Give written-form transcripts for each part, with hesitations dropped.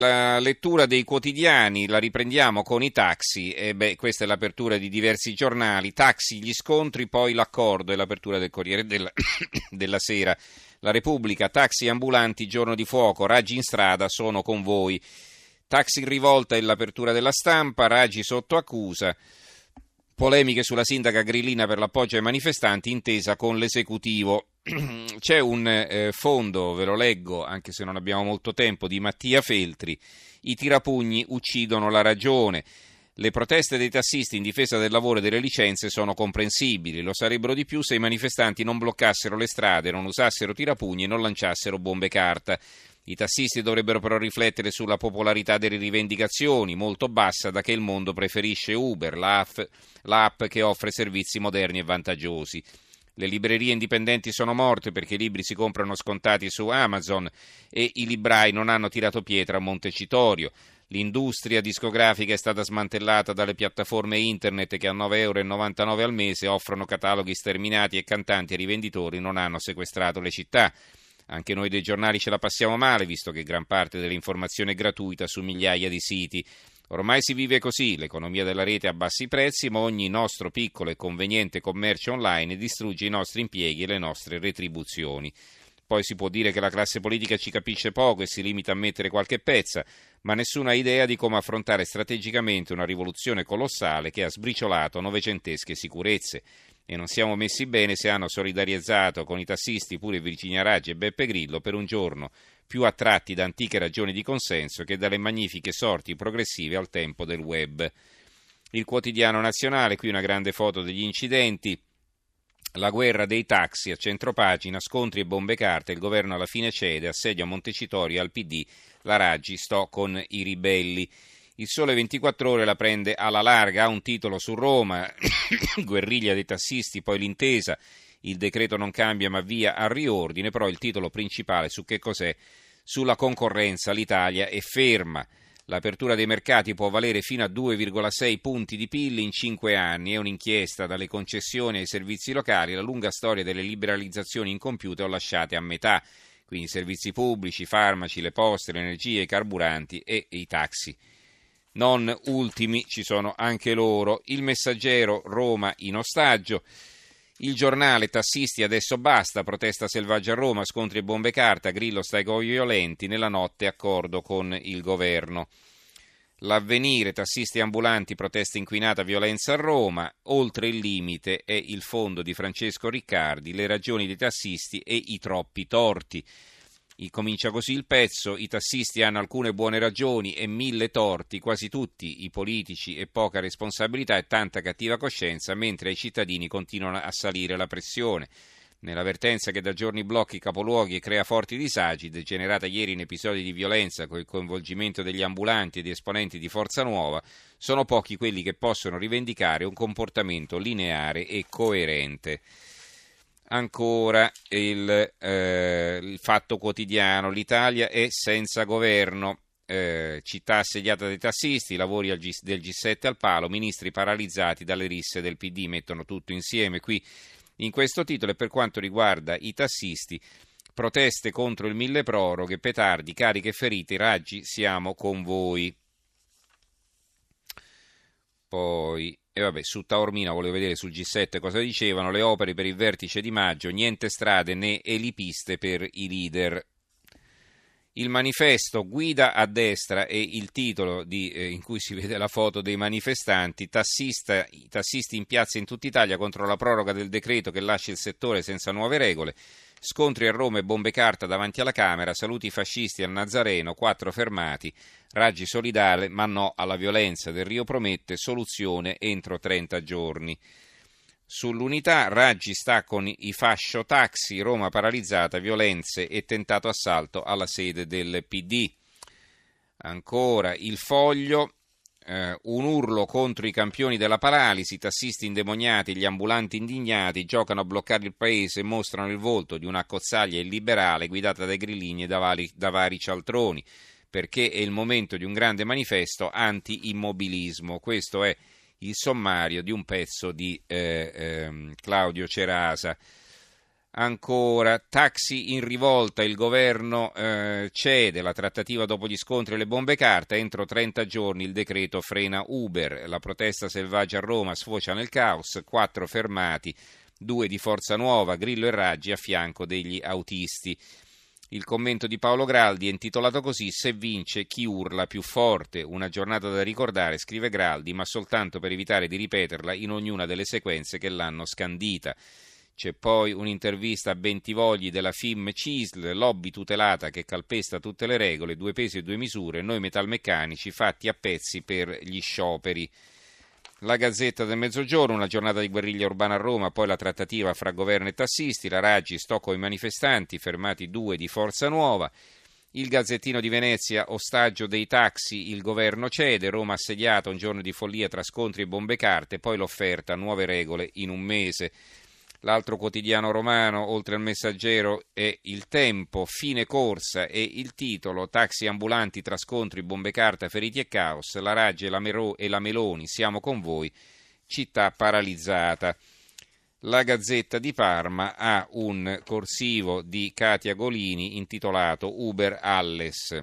La lettura dei quotidiani la riprendiamo con i taxi, questa è l'apertura di diversi giornali, taxi, gli scontri, poi l'accordo, è l'apertura del Corriere della Sera. La Repubblica, taxi ambulanti, giorno di fuoco, Raggi in strada, sono con voi. Taxi in rivolta è l'apertura della Stampa, Raggi sotto accusa. Polemiche sulla sindaca grillina per l'appoggio ai manifestanti, intesa con l'esecutivo. C'è un fondo, ve lo leggo, anche se non abbiamo molto tempo, di Mattia Feltri. I tirapugni uccidono la ragione. Le proteste dei tassisti in difesa del lavoro e delle licenze sono comprensibili. Lo sarebbero di più se i manifestanti non bloccassero le strade, non usassero tirapugni e non lanciassero bombe carta. I tassisti dovrebbero però riflettere sulla popolarità delle rivendicazioni, molto bassa da che il mondo preferisce Uber, l'app che offre servizi moderni e vantaggiosi. Le librerie indipendenti sono morte perché i libri si comprano scontati su Amazon e i librai non hanno tirato pietra a Montecitorio. L'industria discografica è stata smantellata dalle piattaforme internet che a 9,99 € al mese offrono cataloghi sterminati e cantanti e rivenditori non hanno sequestrato le città. Anche noi dei giornali ce la passiamo male, visto che gran parte dell'informazione è gratuita su migliaia di siti. Ormai si vive così, l'economia della rete a bassi prezzi, ma ogni nostro piccolo e conveniente commercio online distrugge i nostri impieghi e le nostre retribuzioni. Poi si può dire che la classe politica ci capisce poco e si limita a mettere qualche pezza, ma nessuna idea di come affrontare strategicamente una rivoluzione colossale che ha sbriciolato novecentesche sicurezze. E non siamo messi bene se hanno solidarizzato con i tassisti pure Virginia Raggi e Beppe Grillo per un giorno, più attratti da antiche ragioni di consenso che dalle magnifiche sorti progressive al tempo del web. Il Quotidiano Nazionale, qui una grande foto degli incidenti, la guerra dei taxi a centropagina, scontri e bombe carte, il governo alla fine cede, assedio a Montecitorio e al PD, la Raggi sto con i ribelli. Il Sole 24 Ore la prende alla larga, ha un titolo su Roma, guerriglia dei tassisti, poi l'intesa, il decreto non cambia ma via al riordine, però il titolo principale su che cos'è? Sulla concorrenza l'Italia è ferma. L'apertura dei mercati può valere fino a 2,6 punti di PIL in 5 anni, è un'inchiesta dalle concessioni ai servizi locali, la lunga storia delle liberalizzazioni incompiute o lasciate a metà, quindi servizi pubblici, farmaci, le poste, l'energia, i carburanti e i taxi. Non ultimi ci sono anche loro. Il Messaggero, Roma in ostaggio. Il Giornale, tassisti adesso basta, protesta selvaggia a Roma, scontri e bombe carta, Grillo sta coi violenti, nella notte accordo con il governo. L'Avvenire, tassisti ambulanti, protesta inquinata, violenza a Roma, oltre il limite è il fondo di Francesco Riccardi, le ragioni dei tassisti e i troppi torti. Comincia così il pezzo, i tassisti hanno alcune buone ragioni e 1000 torti, quasi tutti i politici e poca responsabilità e tanta cattiva coscienza, mentre ai cittadini continua a salire la pressione. Nell'avvertenza che da giorni blocca i capoluoghi e crea forti disagi, degenerata ieri in episodi di violenza con il coinvolgimento degli ambulanti e di esponenti di Forza Nuova, sono pochi quelli che possono rivendicare un comportamento lineare e coerente. Ancora il Fatto Quotidiano, l'Italia è senza governo, città assediata dai tassisti, lavori del G7 al palo, ministri paralizzati dalle risse del PD, mettono tutto insieme qui in questo titolo. E per quanto riguarda i tassisti, proteste contro il mille proroghe, petardi, cariche e feriti, Raggi siamo con voi. Poi, su Taormina volevo vedere sul G7 cosa dicevano, le opere per il vertice di maggio, niente strade né elipiste per i leader. Il Manifesto, guida a destra, è il titolo in cui si vede la foto dei manifestanti, tassisti in piazza in tutta Italia contro la proroga del decreto che lascia il settore senza nuove regole. Scontri a Roma e bombe carta davanti alla Camera, saluti fascisti al Nazareno, 4 fermati, Raggi solidale ma no alla violenza, Del Rio promette soluzione entro 30 giorni. Sull'Unità, Raggi sta con i fascio taxi, Roma paralizzata, violenze e tentato assalto alla sede del PD. Ancora il Foglio, un urlo contro i campioni della paralisi, tassisti indemoniati, gli ambulanti indignati, giocano a bloccare il paese e mostrano il volto di una cozzaglia illiberale guidata dai grillini e da vari cialtroni, perché è il momento di un grande manifesto anti-immobilismo. Questo è il sommario di un pezzo di Claudio Cerasa. Ancora, taxi in rivolta, il governo cede, la trattativa dopo gli scontri e le bombe carta, entro 30 giorni il decreto frena Uber, la protesta selvaggia a Roma sfocia nel caos, 4 fermati, 2 di Forza Nuova, Grillo e Raggi a fianco degli autisti. Il commento di Paolo Graldi è intitolato così: Se vince chi urla più forte, una giornata da ricordare, scrive Graldi, ma soltanto per evitare di ripeterla in ognuna delle sequenze che l'hanno scandita. C'è poi un'intervista a Bentivogli della FIM CISL, lobby tutelata che calpesta tutte le regole, 2 pesi e 2 misure, noi metalmeccanici fatti a pezzi per gli scioperi. La Gazzetta del Mezzogiorno, una giornata di guerriglia urbana a Roma, poi la trattativa fra governo e tassisti, la Raggi stocco i manifestanti, fermati 2 di Forza Nuova. Il Gazzettino di Venezia, ostaggio dei taxi, il governo cede, Roma assediata, un giorno di follia tra scontri e bombe carte, poi l'offerta, nuove regole in un mese. L'altro quotidiano romano, oltre al Messaggero, è Il Tempo, fine corsa, e il titolo: taxi ambulanti tra scontri, bombe carta, feriti e caos, la Raggi e la Meloni, siamo con voi, città paralizzata. La Gazzetta di Parma ha un corsivo di Katia Golini intitolato Uber Alles.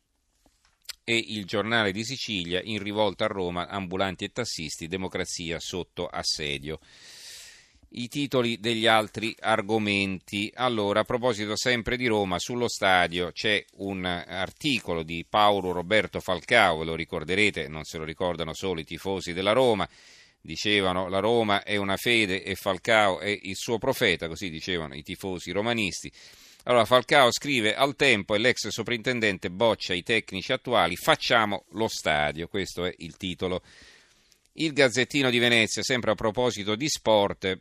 E il Giornale di Sicilia, in rivolta a Roma, ambulanti e tassisti, democrazia sotto assedio. I titoli degli altri argomenti. Allora, a proposito sempre di Roma, sullo stadio c'è un articolo di Paolo Roberto Falcao, ve lo ricorderete, non se lo ricordano solo i tifosi della Roma, dicevano la Roma è una fede e Falcao è il suo profeta, così dicevano i tifosi romanisti. Allora Falcao scrive: al Tempo e l'ex soprintendente boccia i tecnici attuali, facciamo lo stadio, questo è il titolo. Il Gazzettino di Venezia, sempre a proposito di sport,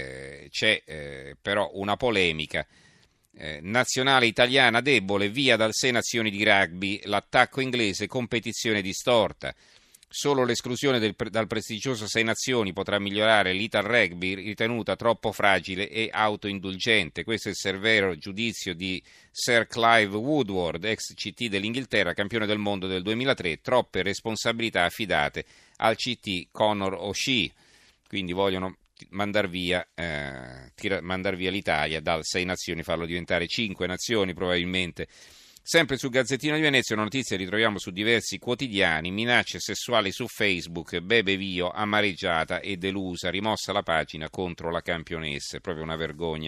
c'è però una polemica. Nazionale italiana debole, via dal 6 nazioni di rugby, l'attacco inglese, competizione distorta. Solo l'esclusione dal prestigioso 6 nazioni potrà migliorare l'Ital Rugby, ritenuta troppo fragile e autoindulgente. Questo è il severo giudizio di Sir Clive Woodward, ex CT dell'Inghilterra, campione del mondo del 2003, troppe responsabilità affidate al CT Conor O'Shea. Quindi vogliono mandar via l'Italia dal 6 nazioni, farlo diventare 5 nazioni probabilmente. Sempre sul Gazzettino di Venezia una notizia ritroviamo su diversi quotidiani: minacce sessuali su Facebook, Bebe Vio amareggiata e delusa, rimossa la pagina contro la campionessa, è proprio una vergogna.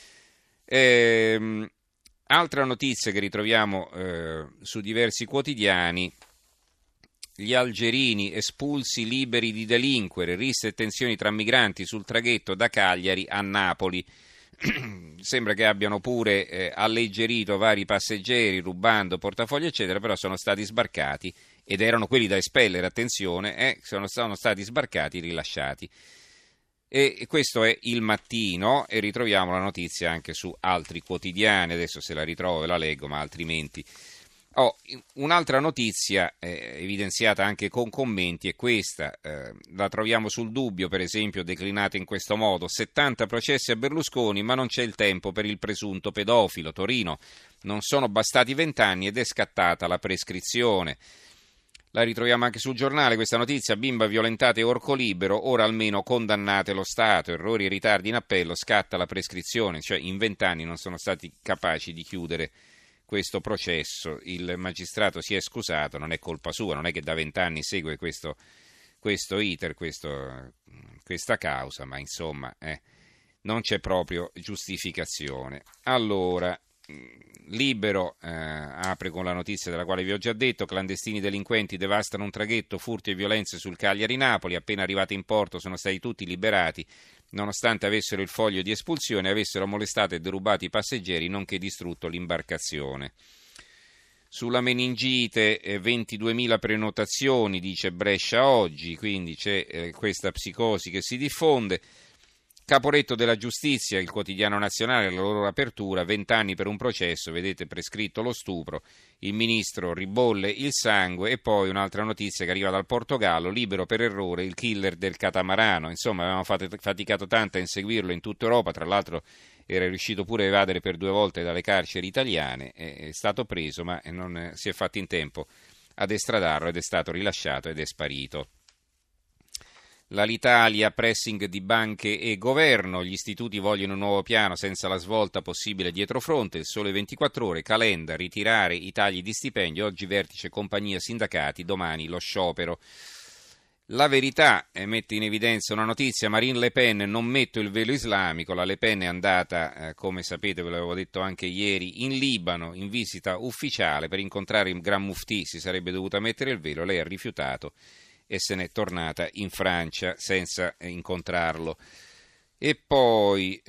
Altra notizia che ritroviamo su diversi quotidiani: gli algerini espulsi liberi di delinquere, risse e tensioni tra migranti sul traghetto da Cagliari a Napoli. Sembra che abbiano pure alleggerito vari passeggeri rubando portafogli eccetera, però sono stati sbarcati ed erano quelli da espellere, attenzione, sono stati sbarcati e rilasciati. E questo è Il Mattino, e ritroviamo la notizia anche su altri quotidiani, adesso se la ritrovo ve la leggo, ma altrimenti... un'altra notizia evidenziata anche con commenti è questa, la troviamo sul Dubbio per esempio, declinata in questo modo: 70 processi a Berlusconi ma non c'è il tempo per il presunto pedofilo, Torino, non sono bastati 20 anni ed è scattata la prescrizione. La ritroviamo anche sul Giornale questa notizia: bimba violentata e orco libero, ora almeno condannate lo Stato, errori e ritardi in appello, scatta la prescrizione, cioè in 20 anni non sono stati capaci di chiudere questo processo. Il magistrato si è scusato, non è colpa sua, non è che da 20 anni segue questo iter, questa causa, ma insomma non c'è proprio giustificazione. Allora, Libero apre con la notizia della quale vi ho già detto: clandestini delinquenti devastano un traghetto, furti e violenze sul Cagliari-Napoli, appena arrivati in porto sono stati tutti liberati, nonostante avessero il foglio di espulsione, avessero molestato e derubato i passeggeri, nonché distrutto l'imbarcazione. Sulla meningite 22.000 prenotazioni, dice Brescia Oggi, quindi c'è questa psicosi che si diffonde. Caporetto della giustizia, il quotidiano nazionale, la loro apertura: 20 anni per un processo, vedete prescritto lo stupro, il ministro ribolle il sangue. E poi un'altra notizia che arriva dal Portogallo: libero per errore il killer del catamarano. Insomma, avevamo faticato tanto a inseguirlo in tutta Europa, tra l'altro era riuscito pure a evadere per 2 volte dalle carceri italiane, è stato preso ma non si è fatto in tempo ad estradarlo ed è stato rilasciato ed è sparito. L'Alitalia, pressing di banche e governo, gli istituti vogliono un nuovo piano senza la svolta possibile dietro fronte, il Sole 24 ore, Calenda, ritirare i tagli di stipendio, oggi vertice compagnia sindacati, domani lo sciopero. La Verità mette in evidenza una notizia, Marine Le Pen, non metto il velo islamico, la Le Pen è andata, come sapete, ve l'avevo detto anche ieri, in Libano in visita ufficiale per incontrare il Gran Muftì, si sarebbe dovuta mettere il velo, lei ha rifiutato e se n'è tornata in Francia senza incontrarlo. E poi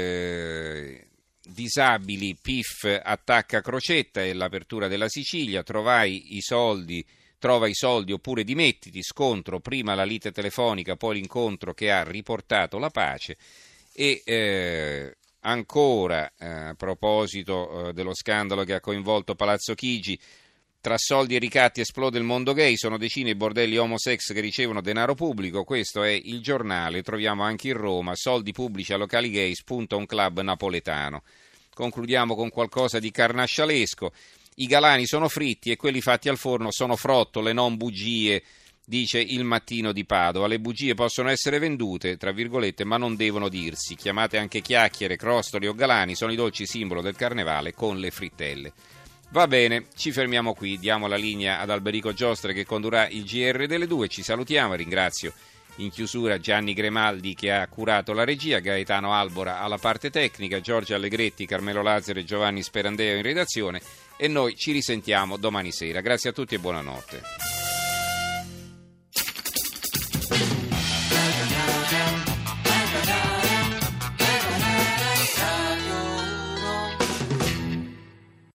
disabili, PIF attacca Crocetta e l'apertura della Sicilia, trova i soldi oppure dimettiti, scontro, prima la lite telefonica, poi l'incontro che ha riportato la pace. E ancora a proposito dello scandalo che ha coinvolto Palazzo Chigi, tra soldi e ricatti esplode il mondo gay, sono decine i bordelli homosex che ricevono denaro pubblico, questo è Il Giornale, troviamo anche in Roma, soldi pubblici a locali gay, spunta un club napoletano. Concludiamo con qualcosa di carnascialesco, i galani sono fritti e quelli fatti al forno sono frottole, non bugie, dice Il Mattino di Padova, le bugie possono essere vendute, tra virgolette, ma non devono dirsi, chiamate anche chiacchiere, crostoli o galani, sono i dolci simbolo del carnevale con le frittelle. Va bene, ci fermiamo qui, diamo la linea ad Alberico Giostre che condurrà il GR delle 2, ci salutiamo, ringrazio in chiusura Gianni Gremaldi che ha curato la regia, Gaetano Albora alla parte tecnica, Giorgio Allegretti, Carmelo Lazzaro e Giovanni Sperandeo in redazione e noi ci risentiamo domani sera. Grazie a tutti e buonanotte.